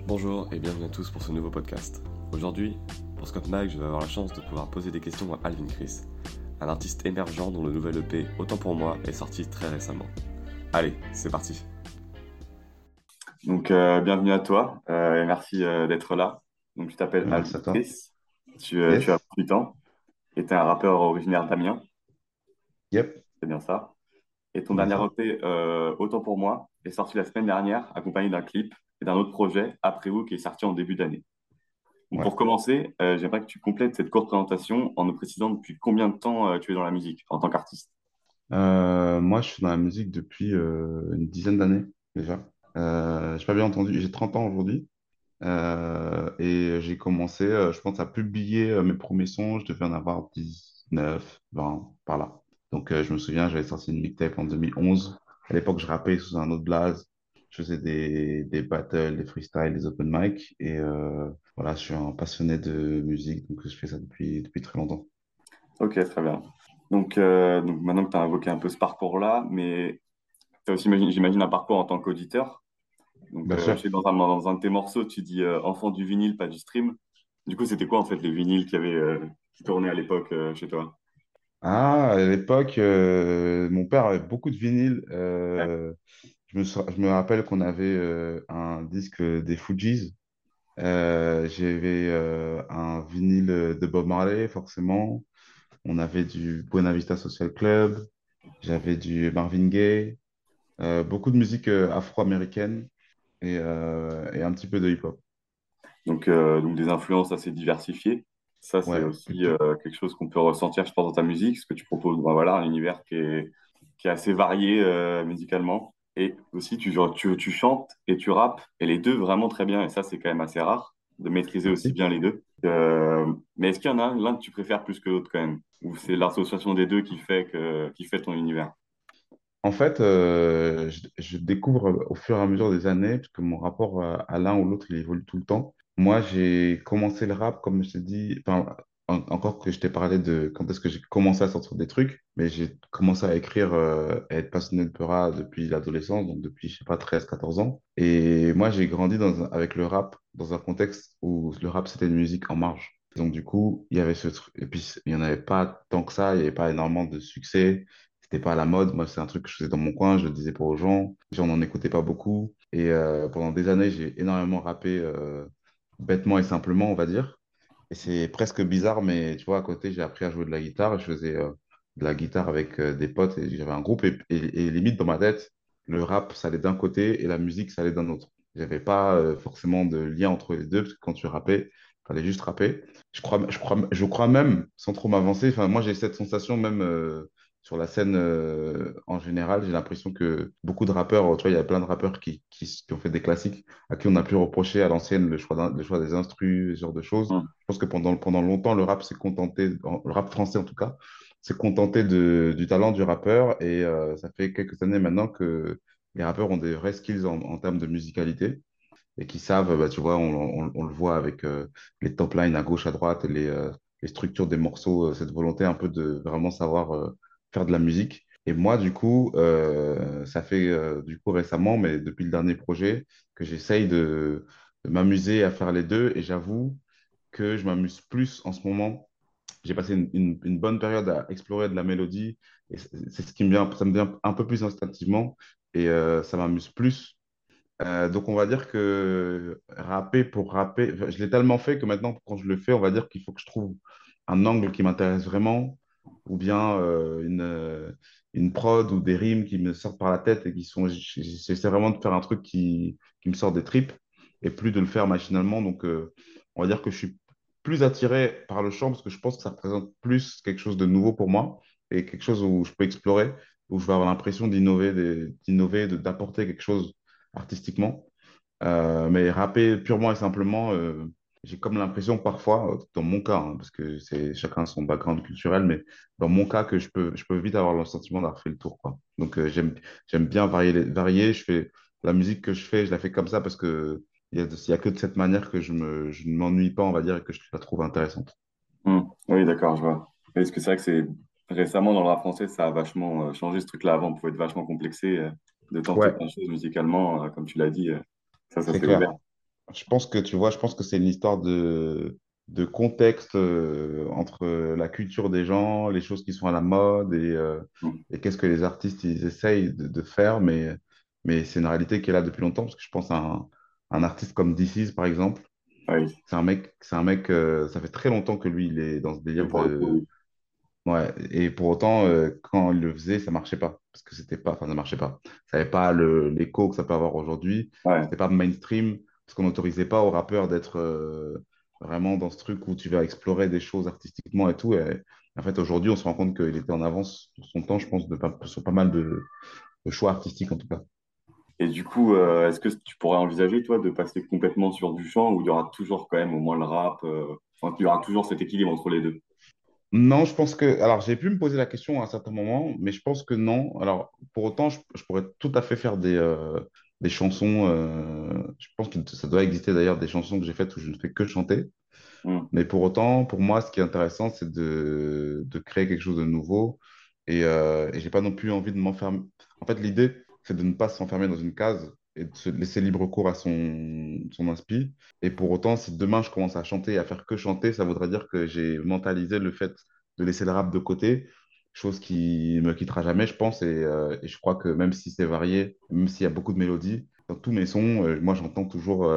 Bonjour et bienvenue à tous pour ce nouveau podcast. Aujourd'hui, pour Scott Mag, je vais avoir la chance de pouvoir poser des questions à Alvin Chris, un artiste émergent dont le nouvel EP Autant pour moi est sorti très récemment. Allez, c'est parti. Bienvenue à toi et merci d'être là. Donc, je t'appelle Alvin Merci à toi. Chris, tu as Yes. 28 ans et tu es un rappeur originaire d'Amiens, Yep. c'est bien ça. Et ton C'est bien dernier ça. EP Autant pour moi est sorti la semaine dernière, accompagné d'un clip et d'un autre projet, Après vous, qui est sorti en début d'année. Donc, Ouais. pour commencer, j'aimerais que tu complètes cette courte présentation en nous précisant depuis combien de temps tu es dans la musique en tant qu'artiste. Moi, je suis dans la musique depuis une dizaine d'années déjà. J'ai pas bien entendu. J'ai 30 ans aujourd'hui. Et j'ai commencé, je pense, à publier mes premiers sons. Je devais en avoir 19, 20, par là. Donc, je me souviens, j'avais sorti une mixtape en 2011. À l'époque, je rappais sous un autre blaze. Je faisais des battles, des freestyles, des open mic. Et voilà, je suis un passionné de musique. Donc, je fais ça depuis très longtemps. Ok, très bien. Donc maintenant que tu as invoqué un peu ce parcours-là, mais tu as aussi, j'imagine, un parcours en tant qu'auditeur. Bien Je sûr. sais que dans un de tes morceaux, tu dis enfant du vinyle, pas du stream. Du coup, c'était quoi en fait les vinyles qui tournaient à l'époque chez toi? Ah, à l'époque, mon père avait beaucoup de vinyles. Ouais. Je me rappelle qu'on avait un disque des Fugees. J'avais un vinyle de Bob Marley, forcément. On avait du Buena Vista Social Club. J'avais du Marvin Gaye. Beaucoup de musique afro-américaine et un petit peu de hip-hop. Donc des influences assez diversifiées. Ça, c'est Ouais, aussi plutôt. quelque chose qu'on peut ressentir, je pense, dans ta musique, ce que tu proposes, ben voilà, un univers qui est assez varié musicalement. Et aussi, tu chantes et tu rappes, et les deux vraiment très bien. Et ça, c'est quand même assez rare de maîtriser aussi Merci. bien les deux. Mais est-ce qu'il y en a l'un que tu préfères plus que l'autre quand même? Ou c'est l'association des deux qui fait ton univers? En fait, je découvre au fur et à mesure des années, parce que mon rapport à l'un ou l'autre, il évolue tout le temps. Moi, j'ai commencé le rap, comme je t'ai dit, enfin, encore que je t'ai parlé de quand est-ce que j'ai commencé à sortir des trucs, mais j'ai commencé à écrire, à être passionné de Peura depuis l'adolescence, donc depuis, je sais pas, 13 14 ans. Et moi, j'ai grandi avec le rap dans un contexte où le rap, c'était une musique en marge. Donc, du coup, il y avait ce truc, et puis, il n'y en avait pas tant que ça, il n'y avait pas énormément de succès. C'était pas à la mode. Moi, c'est un truc que je faisais dans mon coin, je le disais pas aux gens. Les gens n'en écoutaient pas beaucoup. Et pendant des années, j'ai énormément rappé bêtement et simplement, on va dire. Et c'est presque bizarre, mais tu vois, à côté, j'ai appris à jouer de la guitare. Et je faisais de la guitare avec des potes et j'avais un groupe. Et limite, dans ma tête, le rap, ça allait d'un côté et la musique, ça allait d'un autre. J'avais pas forcément de lien entre les deux, parce que quand tu rappais, il fallait juste rapper. Je crois même, sans trop m'avancer, enfin, moi, j'ai cette sensation même sur la scène en général. J'ai l'impression que beaucoup de rappeurs, tu vois, il y a plein de rappeurs qui ont fait des classiques, à qui on a pu reprocher à l'ancienne le choix des instrus, ce genre de choses. Hmm. Je pense que pendant longtemps, le rap s'est contenté, le rap français en tout cas, s'est contenté du talent du rappeur. Et ça fait quelques années maintenant que les rappeurs ont des vrais skills en termes de musicalité et qui savent, bah, tu vois, on le voit avec les top lines à gauche, à droite, et les structures des morceaux, cette volonté un peu de vraiment savoir faire de la musique. Et moi, du coup, ça fait du coup récemment, mais depuis le dernier projet, que j'essaye de m'amuser à faire les deux. Et j'avoue que je m'amuse plus en ce moment. J'ai passé une bonne période à explorer de la mélodie. Et c'est ce qui me vient, ça me vient un peu plus instinctivement. Et ça m'amuse plus. Donc, on va dire que rapper pour rapper, enfin, je l'ai tellement fait que maintenant, quand je le fais, on va dire qu'il faut que je trouve un angle qui m'intéresse vraiment, ou bien une prod ou des rimes qui me sortent par la tête et qui sont. J'essaie vraiment de faire un truc qui me sort des tripes et plus de le faire machinalement. Donc, on va dire que je suis plus attiré par le chant parce que je pense que ça représente plus quelque chose de nouveau pour moi et quelque chose où je peux explorer, où je vais avoir l'impression d'innover, d'apporter quelque chose artistiquement. Mais rapper purement et simplement, j'ai comme l'impression parfois, dans mon cas, hein, parce que c'est chacun son background culturel, mais dans mon cas, que je peux vite avoir le sentiment d'avoir fait le tour, quoi. Donc j'aime bien varier. Je fais la musique que je fais, je la fais comme ça parce que il y a que de cette manière que je ne m'ennuie pas, on va dire, et que je la trouve intéressante. Hmm. Oui, d'accord, je vois. Parce que c'est vrai que c'est récemment dans le rap français, ça a vachement changé ce truc-là. Avant, on pouvait être vachement complexé de tenter Ouais, plein de choses musicalement, comme tu l'as dit. Ça c'est s'est ouvert. clair. Je pense que, tu vois, je pense que c'est une histoire de contexte entre la culture des gens, les choses qui sont à la mode Mm. et qu'est-ce que les artistes ils essayent de faire, mais c'est une réalité qui est là depuis longtemps, parce que je pense à un artiste comme DC's, par exemple. Oui, C'est un mec, ça fait très longtemps que lui, il est dans ce et délire pour le coup, de. oui. Ouais, et pour autant, quand il le faisait, ça marchait pas. Parce que c'était pas, enfin, ça marchait pas. Ça n'avait pas l'écho que ça peut avoir aujourd'hui. Ouais. C'était pas mainstream, parce qu'on n'autorisait pas aux rappeurs d'être vraiment dans ce truc où tu vas explorer des choses artistiquement et tout. Et en fait, aujourd'hui, on se rend compte qu'il était en avance sur son temps, je pense, sur pas mal de choix artistiques, en tout cas. Et du coup, est-ce que tu pourrais envisager, toi, de passer complètement sur du chant où il y aura toujours quand même au moins le rap, enfin, il y aura toujours cet équilibre entre les deux? Non, je pense que. Alors, j'ai pu me poser la question à un certain moment, mais je pense que non. Alors, pour autant, je pourrais tout à fait faire des chansons. Je pense que ça doit exister d'ailleurs des chansons que j'ai faites où je ne fais que chanter. Mm. Mais pour autant, pour moi, ce qui est intéressant, c'est de créer quelque chose de nouveau. Et j'ai pas non plus envie de m'enfermer. En fait, l'idée, c'est de ne pas s'enfermer dans une case et de se laisser libre cours à son inspi. Et pour autant, si demain je commence à chanter et à faire que chanter, ça voudrait dire que j'ai mentalisé le fait de laisser le rap de côté, chose qui me quittera jamais, je pense. Et je crois que même si c'est varié, même s'il y a beaucoup de mélodies, dans tous mes sons, moi j'entends toujours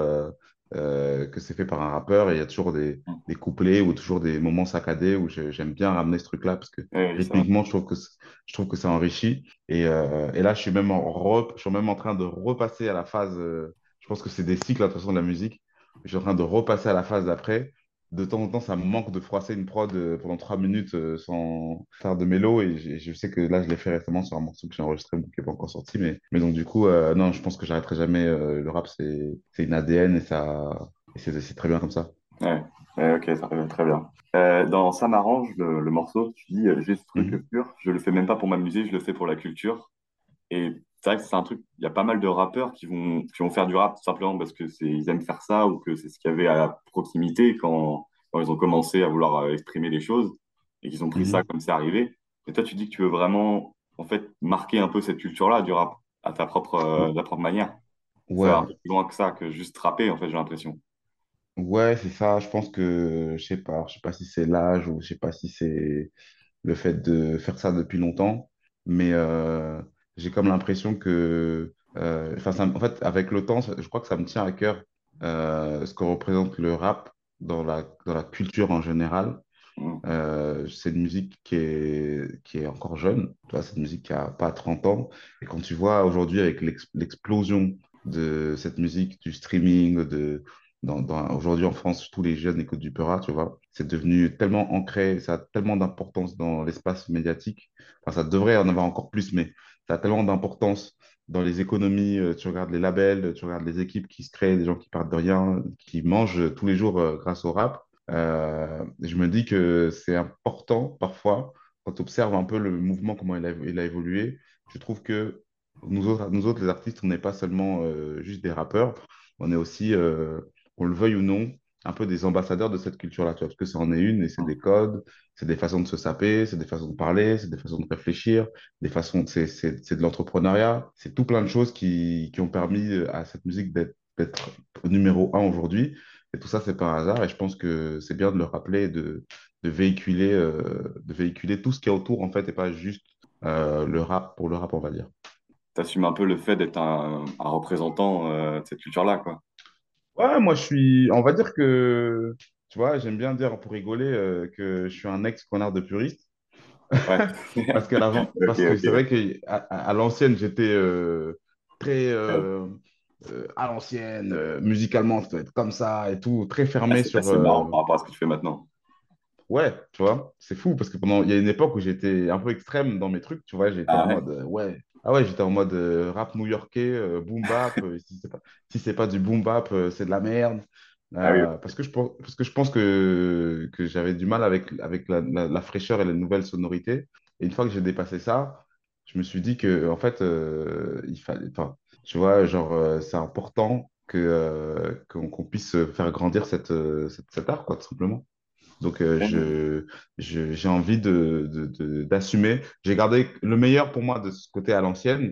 que c'est fait par un rappeur et il y a toujours Mm. des couplets ou toujours des moments saccadés où j'aime bien ramener ce truc-là parce que Oui, oui, c'est vrai. rythmiquement, je trouve que ça enrichit. Et là, je suis même en train de repasser à la phase. Je pense que c'est des cycles, de toute façon, de la musique. Je suis en train de repasser à la phase d'après. De temps en temps, ça me manque de froisser une prod pendant 3 minutes sans faire de mélo. Et je sais que là, je l'ai fait récemment sur un morceau que j'ai enregistré, donc qui n'est pas encore sorti. Mais donc, du coup, non, je pense que j'arrêterai jamais. Le rap, c'est une ADN et c'est très bien comme ça. Ouais. Ouais, ok, ça va très bien. Dans Ça m'arrange, le morceau, tu dis, j'ai ce truc Mhm. pur, je le fais même pas pour m'amuser, je le fais pour la culture. Et c'est vrai que c'est un truc, il y a pas mal de rappeurs qui vont faire du rap tout simplement parce que ils aiment faire ça ou que c'est ce qu'il y avait à proximité quand ils ont commencé à vouloir exprimer des choses et qu'ils ont pris ça Mhm. comme c'est arrivé. Et toi, tu dis que tu veux vraiment, en fait, marquer un peu cette culture-là du rap à de la propre manière. Ça va un Ouais, peu plus loin que ça, que juste rapper, en fait, j'ai l'impression. ouais, c'est ça. Je pense que, je sais pas si c'est l'âge ou je sais pas si c'est le fait de faire ça depuis longtemps, mais j'ai comme l'impression que, enfin, en fait, avec le temps, je crois que ça me tient à cœur ce que représente le rap dans la culture en général. Mm. C'est une musique qui est encore jeune, tu vois, c'est une musique qui a pas 30 ans. Et quand tu vois aujourd'hui avec l'explosion de cette musique, du streaming, aujourd'hui en France, tous les jeunes écoutent du Peura, tu vois, c'est devenu tellement ancré, ça a tellement d'importance dans l'espace médiatique. Enfin, ça devrait en avoir encore plus, mais ça a tellement d'importance dans les économies. Tu regardes les labels, tu regardes les équipes qui se créent, des gens qui partent de rien, qui mangent tous les jours grâce au rap. Je me dis que c'est important parfois, quand on observe un peu le mouvement, comment il a évolué, je trouve que nous autres, les artistes, on n'est pas seulement juste des rappeurs, on est aussi, qu'on le veuille ou non, un peu des ambassadeurs de cette culture-là, tu vois, parce que ça en est une et c'est des codes, c'est des façons de se saper, c'est des façons de parler, c'est des façons de réfléchir, c'est de l'entrepreneuriat, c'est tout plein de choses qui ont permis à cette musique d'être numéro un aujourd'hui. Et tout ça, c'est par hasard. Et je pense que c'est bien de le rappeler et de véhiculer tout ce qui est autour, en fait, et pas juste le rap pour le rap, on va dire. T'assumes un peu le fait d'être un représentant de cette culture-là, quoi. Ouais, moi, on va dire que, tu vois, j'aime bien dire pour rigoler que je suis un ex-connard de puriste. Ouais. Ok, Parce que c'est ok. vrai à l'ancienne, j'étais très Ouais. à l'ancienne, musicalement, ça doit être comme ça et tout, très Ah, fermé c'est sur, assez marrant par rapport à ce que tu fais maintenant. ouais, tu vois, c'est fou parce que il y a une époque où j'étais un peu extrême dans mes trucs, tu vois, j'étais en Ah ouais? mode, ouais, ah ouais, j'étais en mode rap new-yorkais, boom bap, si c'est pas du boom bap, c'est de la merde. Ah oui, Parce que je pense que j'avais du mal avec la fraîcheur et la nouvelle sonorité. Et une fois que j'ai dépassé ça, je me suis dit que, en fait, il fallait, enfin, tu vois, genre, c'est important qu'on puisse faire grandir cet art, quoi, tout simplement. Donc, ok. j'ai envie d'assumer. J'ai gardé le meilleur pour moi de ce côté à l'ancienne,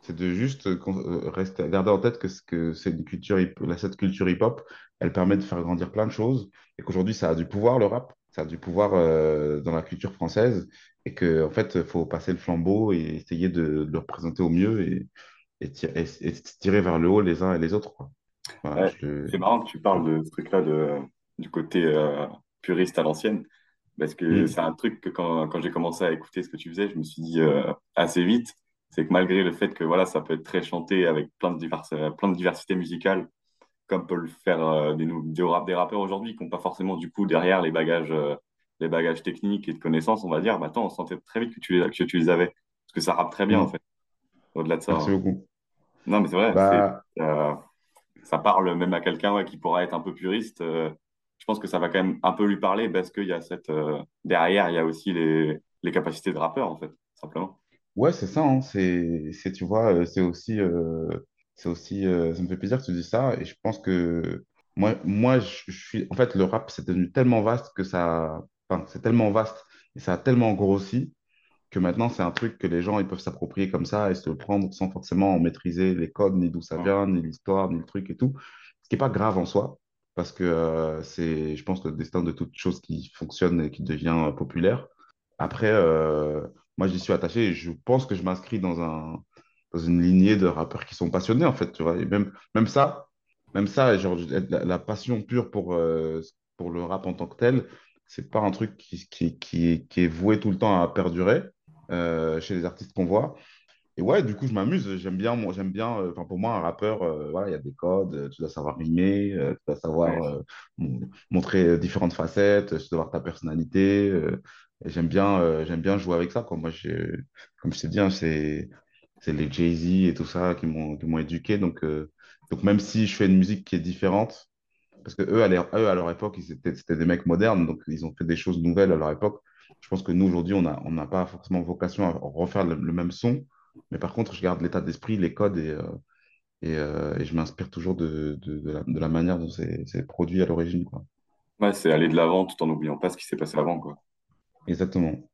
C'est de juste rester, garder en tête que c'est une culture, cette culture hip-hop, elle permet de faire grandir plein de choses et qu'aujourd'hui, ça a du pouvoir, le rap, ça a du pouvoir dans la culture française et qu'en en fait, il faut passer le flambeau et essayer de le représenter au mieux et se tirer vers le haut les uns et les autres, quoi. Voilà, Ouais, c'est marrant que tu parles de ce truc-là du côté puriste à l'ancienne, parce que Mm, c'est un truc que quand j'ai commencé à écouter ce que tu faisais, je me suis dit assez vite, c'est que malgré le fait que voilà, ça peut être très chanté avec plein de diversité musicale, comme peut le faire des rappeurs aujourd'hui qui n'ont pas forcément du coup derrière les bagages techniques et de connaissances, on va dire, bah, attends, on sentait très vite que tu les avais, parce que ça rappe très bien en mm. fait, au-delà de ça, Merci hein. beaucoup. Non, mais c'est vrai, Bah, euh, ça parle même à quelqu'un ouais, qui pourra être un peu puriste. Je pense que ça va quand même un peu lui parler parce qu'il y a derrière, il y a aussi les capacités de rappeur, en fait, simplement. ouais, c'est ça, hein. Tu vois, ça me fait plaisir que tu dis ça. Et je pense que je suis, en fait, le rap, c'est devenu tellement vaste enfin, c'est tellement vaste et ça a tellement grossi que maintenant, c'est un truc que les gens, ils peuvent s'approprier comme ça et se le prendre sans forcément maîtriser les codes, ni d'où ça Ouais. vient, ni l'histoire, ni le truc et tout. Ce qui n'est pas grave en soi, parce que c'est, je pense, le destin de toute chose qui fonctionne et qui devient populaire. Après, moi, j'y suis attaché et je pense que je m'inscris dans une lignée de rappeurs qui sont passionnés, en fait, tu vois. Et même ça, genre, la passion pure pour le rap en tant que tel, c'est pas un truc qui est voué tout le temps à perdurer chez les artistes qu'on voit. Et ouais, du coup, je m'amuse. J'aime bien. Enfin, pour moi, un rappeur, voilà, il y a des codes. Tu dois savoir rimer, tu dois savoir Ouais. montrer différentes facettes, tu dois avoir ta personnalité. Et j'aime bien jouer avec ça, quoi. Comme je t'ai dit, hein, c'est les Jay-Z et tout ça qui m'ont éduqué. Donc, même si je fais une musique qui est différente, parce que eux, à leur époque, c'était des mecs modernes, donc ils ont fait des choses nouvelles à leur époque. Je pense que nous, aujourd'hui, on n'a pas forcément vocation à refaire le même son. Mais par contre, je garde l'état d'esprit, les codes et je m'inspire toujours de la manière dont c'est produit à l'origine, quoi. Ouais, c'est aller de l'avant tout en n'oubliant pas ce qui s'est passé avant, quoi. Exactement.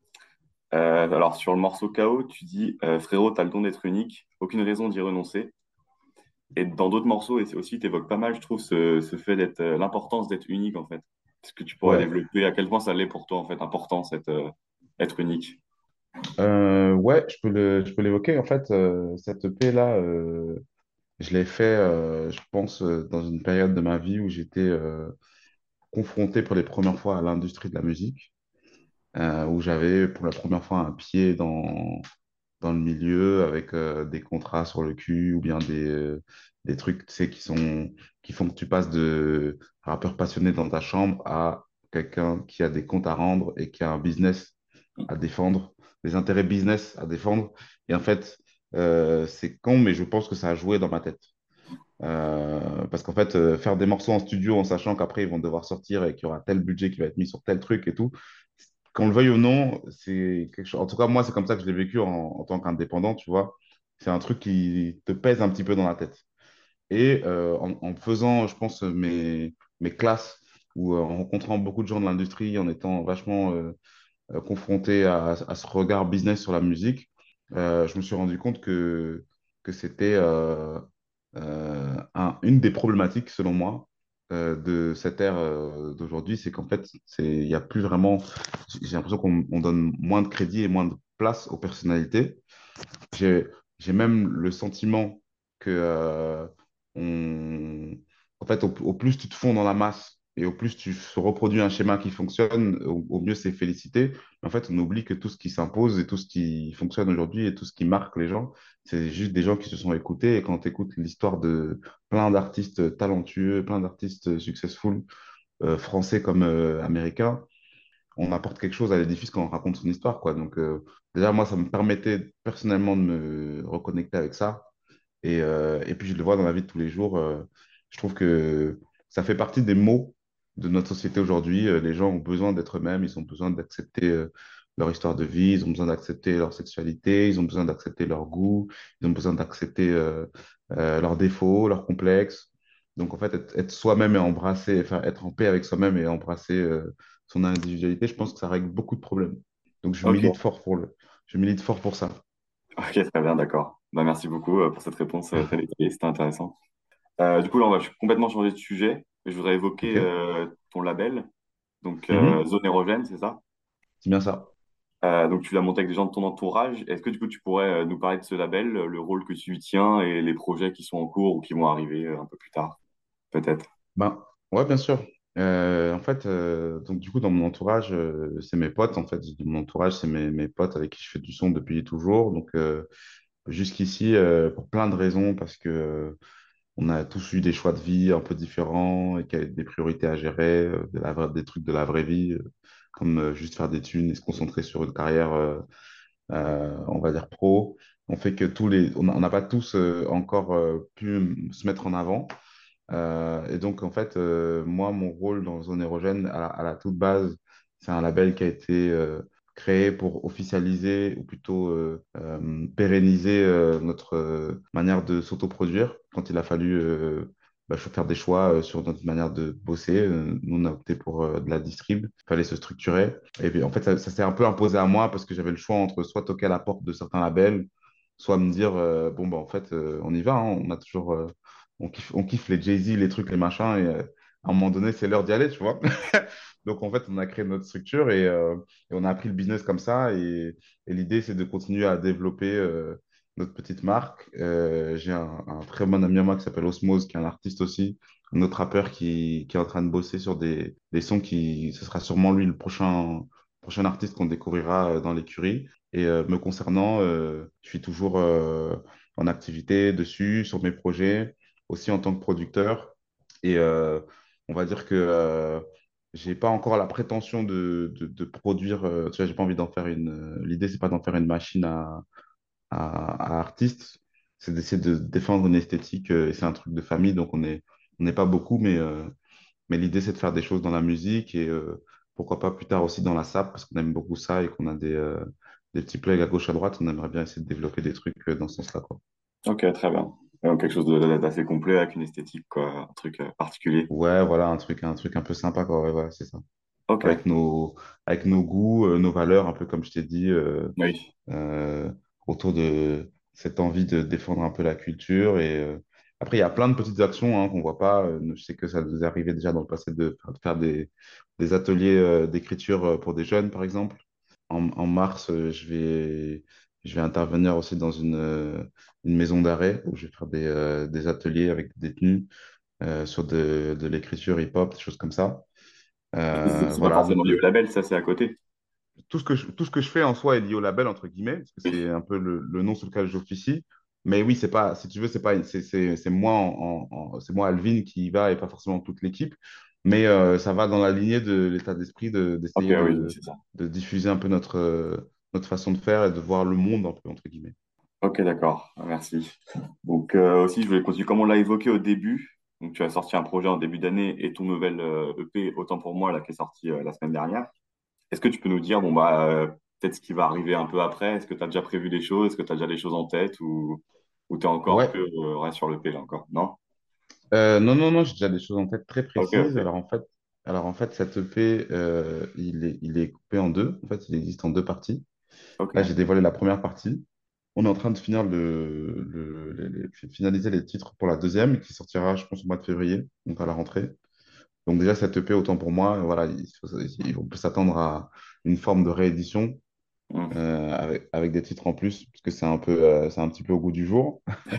Alors, sur le morceau KO, tu dis frérot, t'as le don d'être unique, aucune raison d'y renoncer. Et dans d'autres morceaux et aussi, tu évoques pas mal, je trouve, ce fait d'être l'importance d'être unique, en fait. Est-ce que tu pourrais Ouais. développer à quel point ça l'est pour toi, en fait, important, être unique? Ouais, je peux l'évoquer. En fait, cette EP-là, je l'ai fait, je pense, dans une période de ma vie où j'étais confronté pour les premières fois à l'industrie de la musique. Où j'avais pour la première fois un pied dans le milieu avec des contrats sur le cul ou bien des trucs, tu sais, qui font que tu passes de rappeur passionné dans ta chambre à quelqu'un qui a des comptes à rendre et qui a un business à défendre, des intérêts business à défendre. Et en fait, c'est con, mais je pense que ça a joué dans ma tête. Parce qu'en fait, faire des morceaux en studio en sachant qu'après ils vont devoir sortir et qu'il y aura tel budget qui va être mis sur tel truc et tout, qu'on le veuille ou non, c'est quelque chose. En tout cas, moi, c'est comme ça que je l'ai vécu en tant qu'indépendant, tu vois. C'est un truc qui te pèse un petit peu dans la tête. Et en faisant, je pense, mes classes ou en rencontrant beaucoup de gens de l'industrie, en étant vachement confronté à ce regard business sur la musique, je me suis rendu compte que c'était une des problématiques, selon moi, de cette ère d'aujourd'hui, c'est qu'en fait, il y a plus vraiment, j'ai l'impression qu'on donne moins de crédit et moins de place aux personnalités. J'ai, j'ai même le sentiment que, on... en fait, au plus tu te fonds dans la masse et au plus tu reproduis un schéma qui fonctionne, au mieux c'est félicité. Mais en fait, on oublie que tout ce qui s'impose et tout ce qui fonctionne aujourd'hui et tout ce qui marque les gens, c'est juste des gens qui se sont écoutés. Et quand tu écoutes l'histoire de plein d'artistes talentueux, plein d'artistes successful, français comme américains, on apporte quelque chose à l'édifice quand on raconte son histoire, quoi. Donc, déjà, moi, ça me permettait personnellement de me reconnecter avec ça. Et puis, je le vois dans la vie de tous les jours. Je trouve que ça fait partie des maux de notre société aujourd'hui. Les gens ont besoin d'être eux-mêmes, ils ont besoin d'accepter leur histoire de vie, ils ont besoin d'accepter leur sexualité, ils ont besoin d'accepter leur goût, ils ont besoin d'accepter leurs défauts, leurs complexes. Donc, en fait, être soi-même et embrasser, enfin, être en paix avec soi-même et embrasser son individualité, je pense que ça règle beaucoup de problèmes. Donc, Ok, je milite fort pour ça. ok, très bien, d'accord. Bah, merci beaucoup pour cette réponse très détaillée, c'était intéressant. Du coup, là, on va complètement changer de sujet. Je voudrais évoquer Ok. ton label, donc Mhm. Zone Érogène, c'est ça? C'est bien ça. Donc tu l'as monté avec des gens de ton entourage. Est-ce que du coup tu pourrais nous parler de ce label, le rôle que tu y tiens et les projets qui sont en cours ou qui vont arriver un peu plus tard, peut-être? Ben, ouais, bien sûr. En fait, donc du coup, dans mon entourage, c'est mes potes. En fait, mon entourage, c'est mes potes avec qui je fais du son depuis toujours. Donc, jusqu'ici, pour plein de raisons, parce que on a tous eu des choix de vie un peu différents et qu'il y a des priorités à gérer, des trucs de la vraie vie, comme juste faire des thunes et se concentrer sur une carrière, on va dire pro. On fait que on n'a pas tous encore pu se mettre en avant. Et donc, en fait, moi, mon rôle dans Zone Érogène, à la toute base, c'est un label qui a été créé pour officialiser, ou plutôt pérenniser notre manière de s'autoproduire. Quand il a fallu faire des choix sur notre manière de bosser, nous, on a opté pour de la distrib. Il fallait se structurer. Et puis, en fait, ça s'est un peu imposé à moi parce que j'avais le choix entre soit toquer à la porte de certains labels, soit me dire, bon, bah, en fait, on y va, hein, on a toujours... on kiffe les Jay-Z, les trucs, les machins, et à un moment donné, c'est l'heure d'y aller, tu vois. Donc, en fait, on a créé notre structure et on a appris le business comme ça. Et l'idée, c'est de continuer à développer notre petite marque. J'ai un très bon ami à moi qui s'appelle Osmose, qui est un artiste aussi, un autre rappeur qui est en train de bosser sur des sons ce sera sûrement lui le prochain artiste qu'on découvrira dans l'écurie. Et me concernant, je suis toujours en activité dessus, sur mes projets aussi en tant que producteur. Et on va dire que j'ai pas encore la prétention de produire. Tu vois, j'ai pas envie d'en faire l'idée, c'est pas d'en faire une machine à artiste, c'est d'essayer de défendre une esthétique. Et c'est un truc de famille, donc on n'est pas beaucoup, mais l'idée, c'est de faire des choses dans la musique et pourquoi pas plus tard aussi dans la SAP, parce qu'on aime beaucoup ça et qu'on a des petits plugs à gauche à droite. On aimerait bien essayer de développer des trucs dans ce sens-là, quoi. Ok, très bien. Donc, quelque chose d'assez complet avec une esthétique, quoi, un truc particulier. Ouais, voilà, un truc un peu sympa, quoi. Ouais, voilà, c'est ça. Ok, Avec avec nos goûts, nos valeurs, un peu comme je t'ai dit, oui. euh, autour de cette envie de défendre un peu la culture. Et après, il y a plein de petites actions hein, qu'on voit pas. Je sais que ça nous est arrivé déjà dans le passé de faire des ateliers d'écriture pour des jeunes, par exemple. En mars, je vais intervenir aussi dans une maison d'arrêt où je vais faire des ateliers avec des détenus sur de l'écriture hip-hop, des choses comme ça. C'est pas Voilà, forcément donc lié au label, ça, c'est à côté. tout ce que je fais en soi est lié au label, entre guillemets, parce que c'est Oui. un peu le nom sous lequel j'officie. Mais oui, c'est pas, si tu veux, c'est pas, c'est moi, c'est moi, Alvin, qui y va et pas forcément toute l'équipe. Mais ça va dans la lignée de l'état d'esprit Ok, d'essayer oui, c'est ça. de diffuser un peu notre façon de faire et de voir le monde un peu, entre guillemets. Ok, d'accord, merci. Donc aussi, je voulais continuer comme on l'a évoqué au début. Donc tu as sorti un projet en début d'année et ton nouvel EP, Autant pour moi, là, qui est sorti la semaine dernière. Est-ce que tu peux nous dire, bon, bah, peut-être ce qui va arriver un peu après? Est-ce que tu as déjà prévu des choses? Est-ce que tu as déjà des choses en tête ou tu es encore que Ouais. reste sur l'EP là encore? Non? Non, non, non, j'ai déjà des choses en tête très Ok, précises. ok, Alors en fait, cette EP, il est coupé en deux. En fait, il existe en deux parties. Là, j'ai ok. dévoilé la première partie. On est en train de finir finaliser les titres pour la deuxième, qui sortira, je pense, au mois de février, donc à la rentrée. Donc déjà, cette EP, autant pour moi, voilà, on peut s'attendre à une forme de réédition Hmm. avec des titres en plus, parce que c'est un petit peu au goût du jour.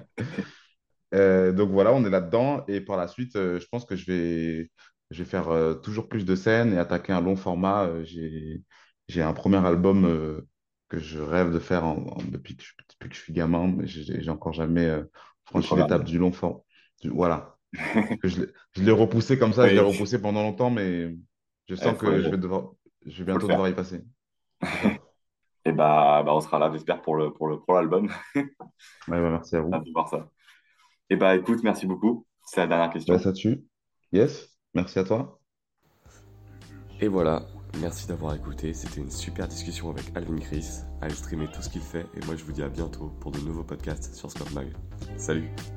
Donc voilà, on est là-dedans. Et par la suite, je pense que je vais faire toujours plus de scènes et attaquer un long format. J'ai un premier album que je rêve de faire depuis que je suis gamin, mais j'ai encore jamais Le franchi l'étape programme. du long format. Voilà. Que je l'ai repoussé comme ça, je l'ai Oui, repoussé pendant longtemps, mais je il sens que je vais faut le bientôt faire. devoir y passer. C'est ça. Et bah, on sera là, j'espère, pour l'album. Ouais, bah, merci à Hâte vous. de voir ça. Et bah, écoute, merci beaucoup. C'est la dernière Bah, question. ça tue. Yes, merci à toi. Et voilà, merci d'avoir écouté, c'était une super discussion avec Alvin Chris. Allez streamer tout ce qu'il fait et moi je vous dis à bientôt pour de nouveaux podcasts sur Scott Mag. Salut!